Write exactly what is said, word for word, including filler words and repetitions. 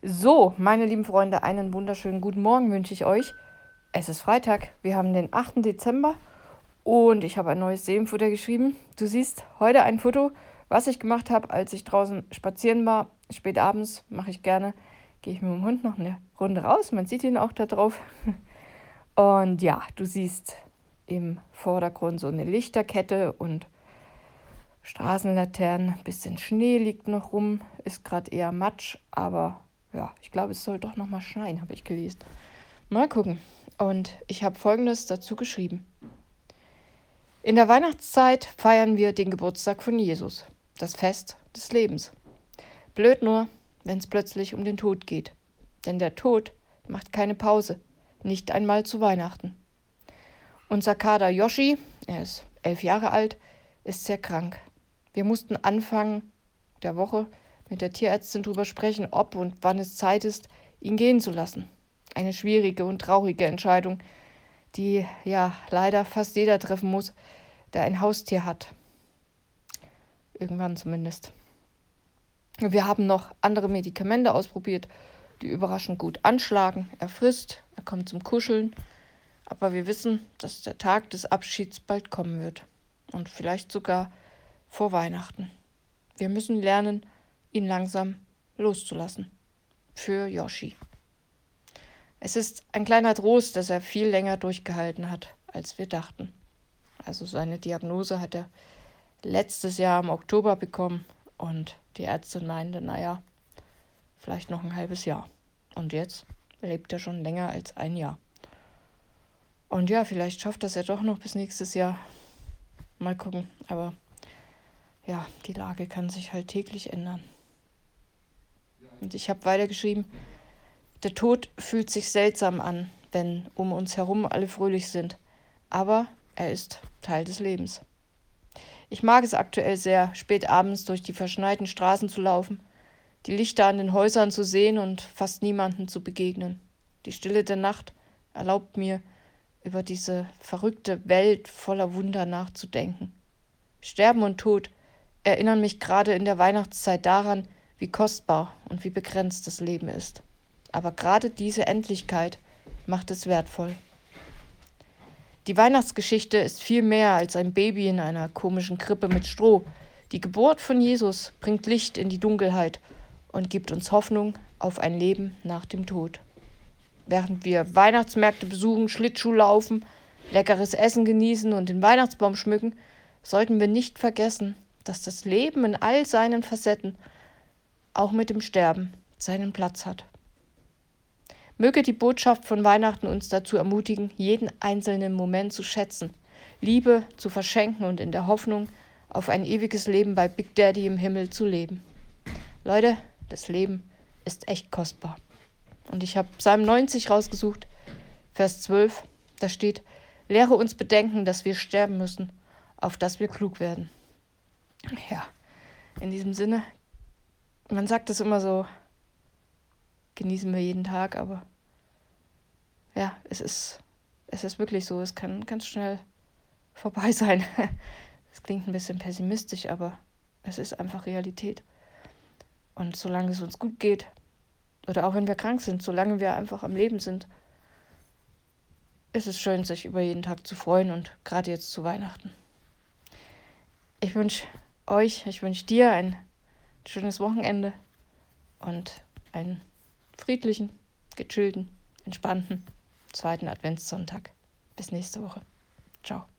So, meine lieben Freunde, einen wunderschönen guten Morgen wünsche ich euch. Es ist Freitag, wir haben den achten Dezember und ich habe ein neues Seelenfutter geschrieben. Du siehst heute ein Foto, was ich gemacht habe, als ich draußen spazieren war. Spät abends mache ich gerne, gehe ich mit dem Hund noch eine Runde raus. Man sieht ihn auch da drauf. Und ja, du siehst im Vordergrund so eine Lichterkette und Straßenlaternen. Ein bisschen Schnee liegt noch rum, ist gerade eher Matsch, aber ja, ich glaube, es soll doch noch mal schneien, habe ich gelesen. Mal gucken. Und ich habe Folgendes dazu geschrieben. In der Weihnachtszeit feiern wir den Geburtstag von Jesus, das Fest des Lebens. Blöd nur, wenn es plötzlich um den Tod geht. Denn der Tod macht keine Pause, nicht einmal zu Weihnachten. Unser Kader Yoshi, er ist elf Jahre alt, ist sehr krank. Wir mussten Anfang der Woche mit der Tierärztin darüber sprechen, ob und wann es Zeit ist, ihn gehen zu lassen. Eine schwierige und traurige Entscheidung, die ja leider fast jeder treffen muss, der ein Haustier hat. Irgendwann zumindest. Wir haben noch andere Medikamente ausprobiert, die überraschend gut anschlagen. Er frisst, er kommt zum Kuscheln. Aber wir wissen, dass der Tag des Abschieds bald kommen wird. Und vielleicht sogar vor Weihnachten. Wir müssen lernen, ihn langsam loszulassen. Für Yoshi. Es ist ein kleiner Trost, dass er viel länger durchgehalten hat, als wir dachten. Also seine Diagnose hat er letztes Jahr im Oktober bekommen und die Ärzte meinte, naja, vielleicht noch ein halbes Jahr. Und jetzt lebt er schon länger als ein Jahr. Und ja, vielleicht schafft das ja doch noch bis nächstes Jahr. Mal gucken, aber ja, die Lage kann sich halt täglich ändern. Und ich habe weitergeschrieben, der Tod fühlt sich seltsam an, wenn um uns herum alle fröhlich sind. Aber er ist Teil des Lebens. Ich mag es aktuell sehr, spät abends durch die verschneiten Straßen zu laufen, die Lichter an den Häusern zu sehen und fast niemanden zu begegnen. Die Stille der Nacht erlaubt mir, über diese verrückte Welt voller Wunder nachzudenken. Sterben und Tod erinnern mich gerade in der Weihnachtszeit daran, wie kostbar und wie begrenzt das Leben ist. Aber gerade diese Endlichkeit macht es wertvoll. Die Weihnachtsgeschichte ist viel mehr als ein Baby in einer komischen Krippe mit Stroh. Die Geburt von Jesus bringt Licht in die Dunkelheit und gibt uns Hoffnung auf ein Leben nach dem Tod. Während wir Weihnachtsmärkte besuchen, Schlittschuh laufen, leckeres Essen genießen und den Weihnachtsbaum schmücken, sollten wir nicht vergessen, dass das Leben in all seinen Facetten, auch mit dem Sterben, seinen Platz hat. Möge die Botschaft von Weihnachten uns dazu ermutigen, jeden einzelnen Moment zu schätzen, Liebe zu verschenken und in der Hoffnung auf ein ewiges Leben bei Big Daddy im Himmel zu leben. Leute, das Leben ist echt kostbar. Und ich habe Psalm neunzig rausgesucht, Vers zwölf, da steht, lehre uns bedenken, dass wir sterben müssen, auf dass wir klug werden. Ja, in diesem Sinne, man sagt es immer so, genießen wir jeden Tag, aber ja, es ist, es ist wirklich so, es kann ganz schnell vorbei sein. Es klingt ein bisschen pessimistisch, aber es ist einfach Realität. Und solange es uns gut geht, oder auch wenn wir krank sind, solange wir einfach am Leben sind, ist es schön, sich über jeden Tag zu freuen und gerade jetzt zu Weihnachten. Ich wünsche euch, ich wünsche dir ein schönes Wochenende und einen friedlichen, gechillten, entspannten zweiten Adventssonntag. Bis nächste Woche. Ciao.